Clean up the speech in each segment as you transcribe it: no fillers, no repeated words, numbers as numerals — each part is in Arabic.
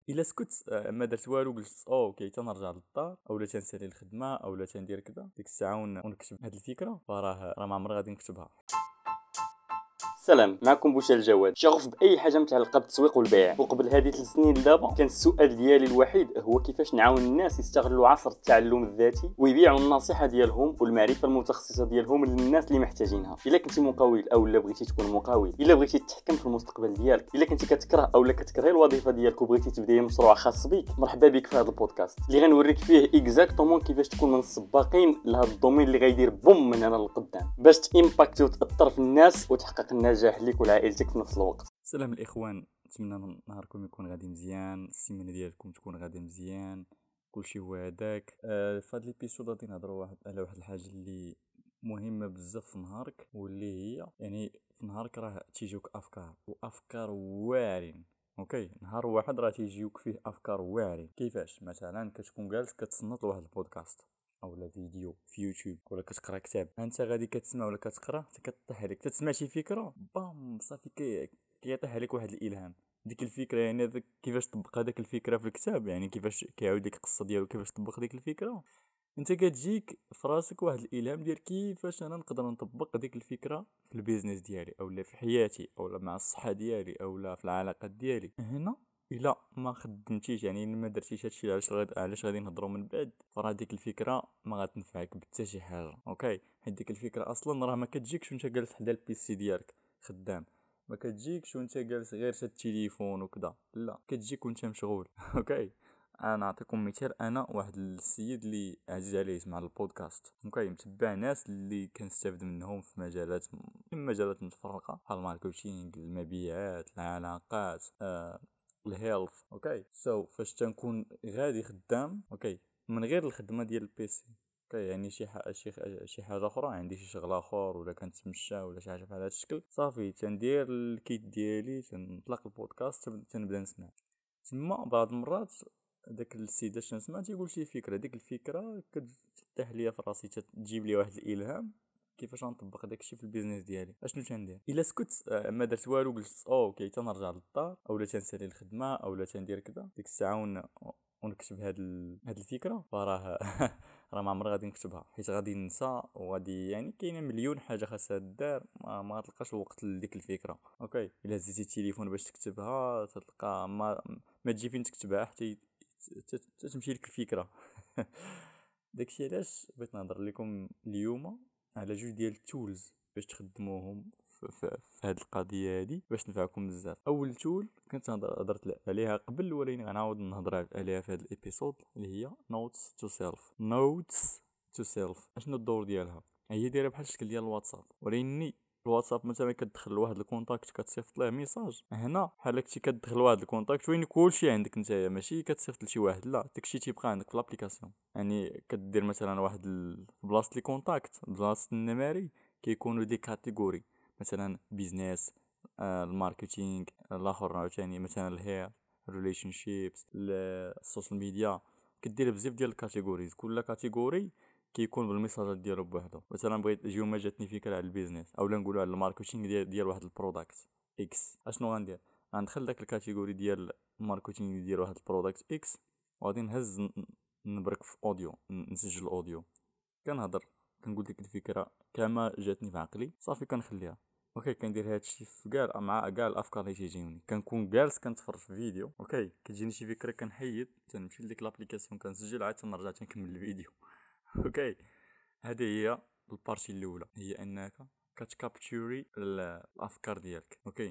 الا سكت ما درت والو، قلت اوكي تنرجع للدار اولا تنسالي الخدمه اولا تندير كذا، ديك الساعه ونكتب هاد الفكره، فراه ما عمري غادي نكتبها. سلام، معكم بوشال الجواد، شغوف باي حاجه متعلقه بالتسويق والبيع. وقبل هذه 3 سنين لدابا كان السؤال ديالي الوحيد هو كيفاش نعاون الناس يستغلوا عصر التعلم الذاتي ويبيعوا النصيحه ديالهم والمعرفه المتخصصه ديالهم للناس اللي محتاجينها. الا كنتي مقاول او لا بغيتي تكون مقاول، الا بغيتي تتحكم في المستقبل ديالك، الا كنتي كتكره او لا كتكرهي الوظيفه ديالك وبغيتي تبداي مشروع خاص بك، مرحبا بك في هذا البودكاست اللي غنوريك فيه اكزاكتومون كيفاش تكون من السباقين لهذا الدومين اللي غيدير بوم من هنا للقدام باش تامباكتي وتاثر في الناس وتحقق النجاح ليك ولعائلتك في نفس الوقت. سلام الاخوان، نتمنى نهاركم يكون غادي مزيان، السيمانه ديالكم تكون غادي مزيان، كلشي هو هذاك. في هذا الابيسود غادي نهضروا على واحد الحاجه اللي مهمه بزاف في نهارك، واللي هي يعني في نهارك راه تيجيوك افكار واعرين. اوكي، نهار واحد راه تيجيوك فيه افكار واعرين. كيفاش؟ مثلا كتكون جالس كتصنت لواحد البودكاست اولا فيديو في يوتيوب ولا كتقرا كتاب، انت غادي كتسمع ولا كتقرا كطيح عليك، تسمع شي فكره بام صافي كيطيح عليك واحد الالهام. ديك الفكره يعني كيفاش تطبق هذاك الفكره في الكتاب، يعني كيفاش كيعاود لك القصه ديالو كيفاش تطبق ديك الفكره. انت كتجيك في راسك واحد الالهام ديال كيفاش انا نقدر نطبق ديك الفكره في البيزنس ديالي اولا في حياتي اولا مع الصحه ديالي اولا في العلاقات ديالي. هنا الا ما خدمتيش يعني ما درتيش هادشي علاش غادي نهضروا من بعد، فراه ديك الفكره ما غتنفعك بحتى شي حاجه. اوكي، حيت ديك الفكره اصلا راه ما كتجيكش وانت جالس حدا البيسي ديالك خدام، ما كتجيكش وانت جالس غير شاد التليفون وكذا، لا كتجيك وانت مشغول. اوكي، انا نعطيكم مثال. انا واحد السيد اللي عزيز عليه يسمع البودكاست، اوكي، متبع ناس اللي كنستافد منهم في مجالات متفرقه بحال الماركتينغ، المبيعات، العلاقات، الهيلث. اوكي، فاش تنكون غادي خدام، اوكي، من غير الخدمه ديال البيسي، اوكي، يعني شي حاجه اخرى، عندي شي شغل اخر ولا كنتمشى ولا شي حاجه بحال هذا الشكل، صافي تندير الكيت ديالي، تنطلق البودكاست، تنبدا نسمع. تما بعض المرات داك السيد اش نسمع تيقول شي فكره، ديك الفكره كتفتح ليا في راسي، تجيب لي واحد الالهام كيفاش غنطبق داكشي في البيزنس ديالي. اشنو تندير الا سكت ما درت والو، قلت اوكي تنرجع للدار اولا تنسالي الخدمه اولا تندير كذا، ديك الساعه ونكتب هاد الفكره، فراه راه ما عمري غادي نكتبها، حيت غادي ننسى وغادي يعني كاينه مليون حاجه خاصها دار، ما تلقاش الوقت لديك الفكره. اوكي، الا هزيتي التليفون باش تكتبها تلقى ما تجي فين تكتبها حتى تمشي لك الفكره. داكشي علاش بغيت نهضر لكم اليوم على جوج ديال التولز باش تخدموهم في هذه القضيه هذه باش تنفعكم بزاف. اول تول كنت هضرت عليها قبل، ولكن غنعاود نهضر عليها في هذا الابيسود، اللي هي نوتس تو سيلف. اشنو الدور ديالها؟ هي دايره بحال الشكل ديال الواتساب، ولكن الواتساب مثلا كتدخل لواحد الكونتاكت كتصيفط ليه ميساج، هنا بحال كنتي كتدخل لواحد الكونتاكت وين كلشي عندك نتايا، ماشي كتصيفط لشي واحد، لا داكشي تيبقى عندك في لابليكاسيون. يعني كدير مثلا واحد بلاصه لي كونتاكت، بلاصه النماري كيكونوا دي كاتيجوري، مثلا بيزنس، الماركتينغ، الاخر عاوتاني مثلا الهير، ريليشن شيبس، السوشيال ميديا. كدير بزاف ديال الكاتيجوريز، كل كاتيجوري كيكون بالميساجات ديالو بوحدو. مثلا بغيت اليوم جاتني فكره على البيزنس اولا نقولوا على الماركتينغ ديال واحد البروداكت اكس، اشنو غندير؟ غندخل داك الكاتيجوري ديال الماركتينغ ديال واحد البروداكت اكس، وغادي نهز نبرك في اوديو، نسجل الاوديو، كنهضر، كنقول ديك الفكره كما جاتني في عقلي، صافي كنخليها. اوكي، كندير هادشي في مع كاع الافكار اللي تيجيوني، كنكون جالس كنتفرج في فيديو، اوكي، كتجيني شي فكره كنحيد، تنمشي لديك لابليكاسيون كنسجل، عاد تنرجع تنكمل الفيديو. اوكي، هذه هي البارتي الاولى، هي انك كتكابتوري الافكار ديالك. اوكي،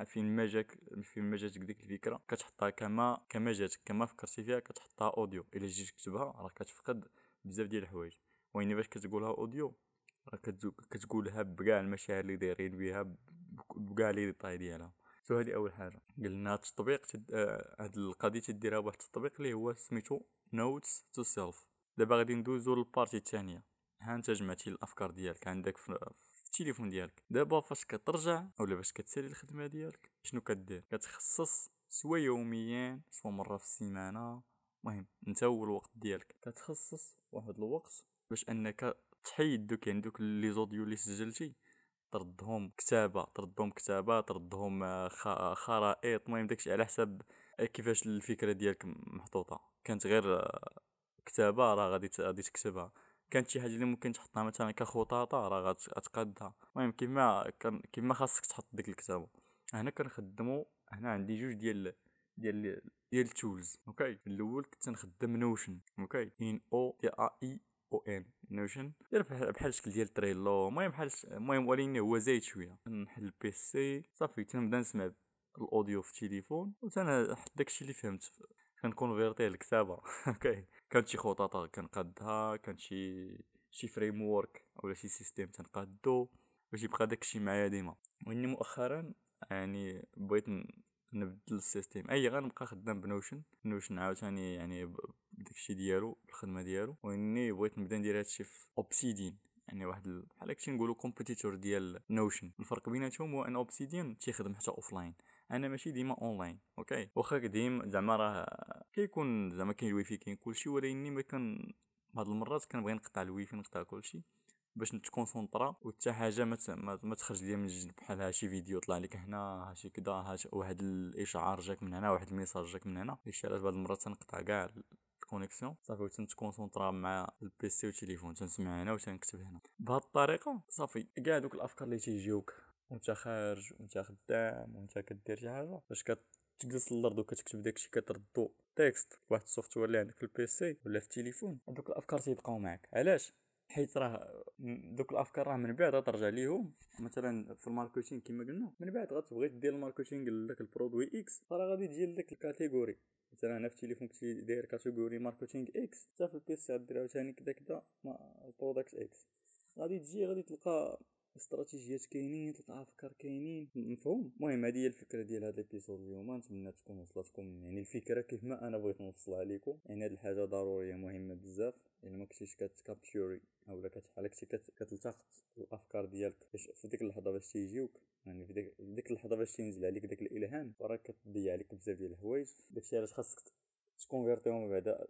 فين ما جاتك ديك الفكره كتحطها كما جاتك، كما فكرتي فيها كتحطها اوديو. الا جيت تكتبها راه كتفقد بزاف ديال الحوايج، وين باش كتقولها اوديو راه كتقولها بكاع المشاعر اللي دايرين بها، بكاع لي ديتاي ديالها. هذه اول حاجه. قلنا التطبيق هاد القضيه تديرها بواحد التطبيق اللي هو سميتو نوتس تو سيلف. دابا غادي ندوزو للبارتي الثانيه. ها انت جمعتي الافكار ديالك عندك في التليفون ديالك، دابا فاش كترجع اولا باش كتسالي الخدمه ديالك شنو كدير؟ كتخصص سوا يوميا سوا مره في السيمانه، المهم انت هو الوقت ديالك كتخصص واحد الوقت باش انك تحيد دوك لي زوديو اللي سجلتي، تردهم كتابه، تردهم خرائط، المهم داكشي على حسب كيفاش الفكره ديالك محطوطه. كانت غير كتابه راه غادي تكتبها، كانت شي حاجه اللي ممكن تحطها مثلا كخطاطه راه غتقادها. المهم كيما خاصك تحط ديك الكتابه. هنا كنخدموا، هنا عندي جوج ديال التولز. اوكي، الاول كنت نخدم نوشن. اوكي، ان او تي ا اي او ان نوشن، دير بحال الشكل ديال تريلو. المهم ولكن هو زايد شويه. نحل البيسي صافي، تنبدا نسمع الاوديو في التليفون وتنحط داكشي اللي فهمت كنكونفيرتيه لكتابه. اوكي، كانت شي خطاطه كنقادها، كانت شي فريم وورك ولا شي سيستيم تنقادو باش يبقى داكشي معايا ديما. واني مؤخرا يعني بغيت نبدل السيستيم، غنبقى خدام بنوشن عاوتاني يعني بداكشي ديالو، الخدمه ديالو. واني بغيت نبدا ندير هادشي في اوبسيدين، يعني واحد بحال هكشي نقولوا كومبيتيتور ديال نوشن. الفرق بيناتهم هو ان اوبسيدين تيخدم حتى اوفلاين، انا ماشي ديما اونلاين. اوكي، واخا قديم زعما راه كيكون زعما كاين الويفي كاين كلشي، ولكن ما كان بعض المرات كنبغي نقطع الويفي نقطع كلشي باش نتكونسونطرا، وحتى حاجه ما تخرج ليا من الجنب، بحال ها شي فيديو طلع لك هنا، ها شي كذا، واحد الاشعار جاك من هنا، واحد الميساج جاك من هنا. داكشي علاش بعض المرات تنقطع كاع الكونيكسيون صافي وتنتكونسونطرا مع البيسي والتليفون، تنسمع هنا وتنكتب هنا. بهاد الطريقه صافي كاع دوك الافكار اللي تيجيوك وانت خارج وانت خدام وانت كدير شي حاجه، باش تجلس للارض وكتكتب داكشي، كتردو تكست واحد السوفتوير اللي عندك في البيسي ولا في التليفون، دوك الافكار تيبقاو معاك. علاش؟ حيت راه دوك الافكار راه من بعد غترجع ليهم. مثلا في الماركتينغ كما قلنا، من بعد غتبغي دير الماركتينغ لذاك البرودوي اكس، راه غادي تجي لذاك الكاتيجوري. مثلا انا في التليفون كنت داير كاتيجوري ماركتينغ اكس، حتى في البيسي غدير عاوتاني كذا البرودكت اكس. غادي تلقى استراتيجيات كاينين، تلقى افكار كاينين. مفهوم؟ المهم هذه هي الفكره ديال هذا الابيزود اليوم. نتمنى تكون وصلتكم يعني الفكره كيف ما انا بغيت نوصلها لكم. يعني هذه الحاجه ضروريه مهمه بزاف، يعني ما كنتيش كتكابتشوري اولا بحال كنتي كتلتقط الافكار ديالك في ديك اللحظه باش تيجيوك. يعني في ديك اللحظه باش تنزل عليك داك الالهام، راه كتضيع عليك بزاف ديال الحوايج. داكشي علاش خاصك تكونفيرتيهم بعدا،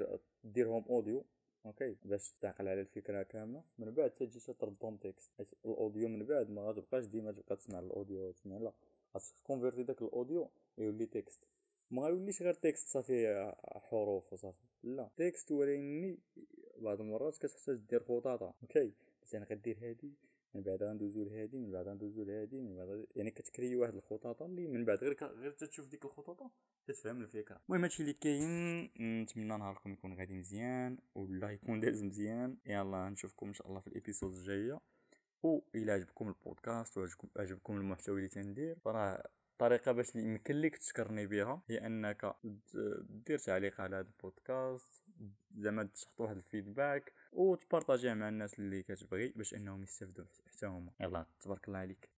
ديرهم اوديو. اوكي، باش تعقل على الفكره كامله، من بعد تجي تردهم تكست. حيت الاوديو من بعد ما غتبقاش ديما تبقى تسمع الاوديو تسمع، لا، خاصك تكونفيرتي داك الاوديو يولي تكست. ما غيوليش غير تكست صافي حروف وصافي، لا، تكست ولكن بعض المرات كتحتاج دير خطاطه. اوكي، مثلا غدير هادي، من بعد غندوزو لهادي، من بعد غندوزو لهادي، من بعد يعني كتكري واحد الخطاطه اللي من بعد غير تشوف ديك الخطاطه تتفهم الفكره. المهم هادشي اللي كاين. نتمنى نهاركم يكون غادي مزيان ولا يكون داز مزيان. يلا نشوفكم ان شاء الله في الابيسود الجايه. الى عجبكم البودكاست وعجبكم المحتوى اللي تندير، راه طريقه باش يمكن لك تشكرني بها هي انك دير تعليق على هذا البودكاست، زعما تحط واحد الفيدباك وتبارطاجيه مع الناس اللي كتبغي باش انهم يستافدوا حتى هما. يلا تبارك الله عليك.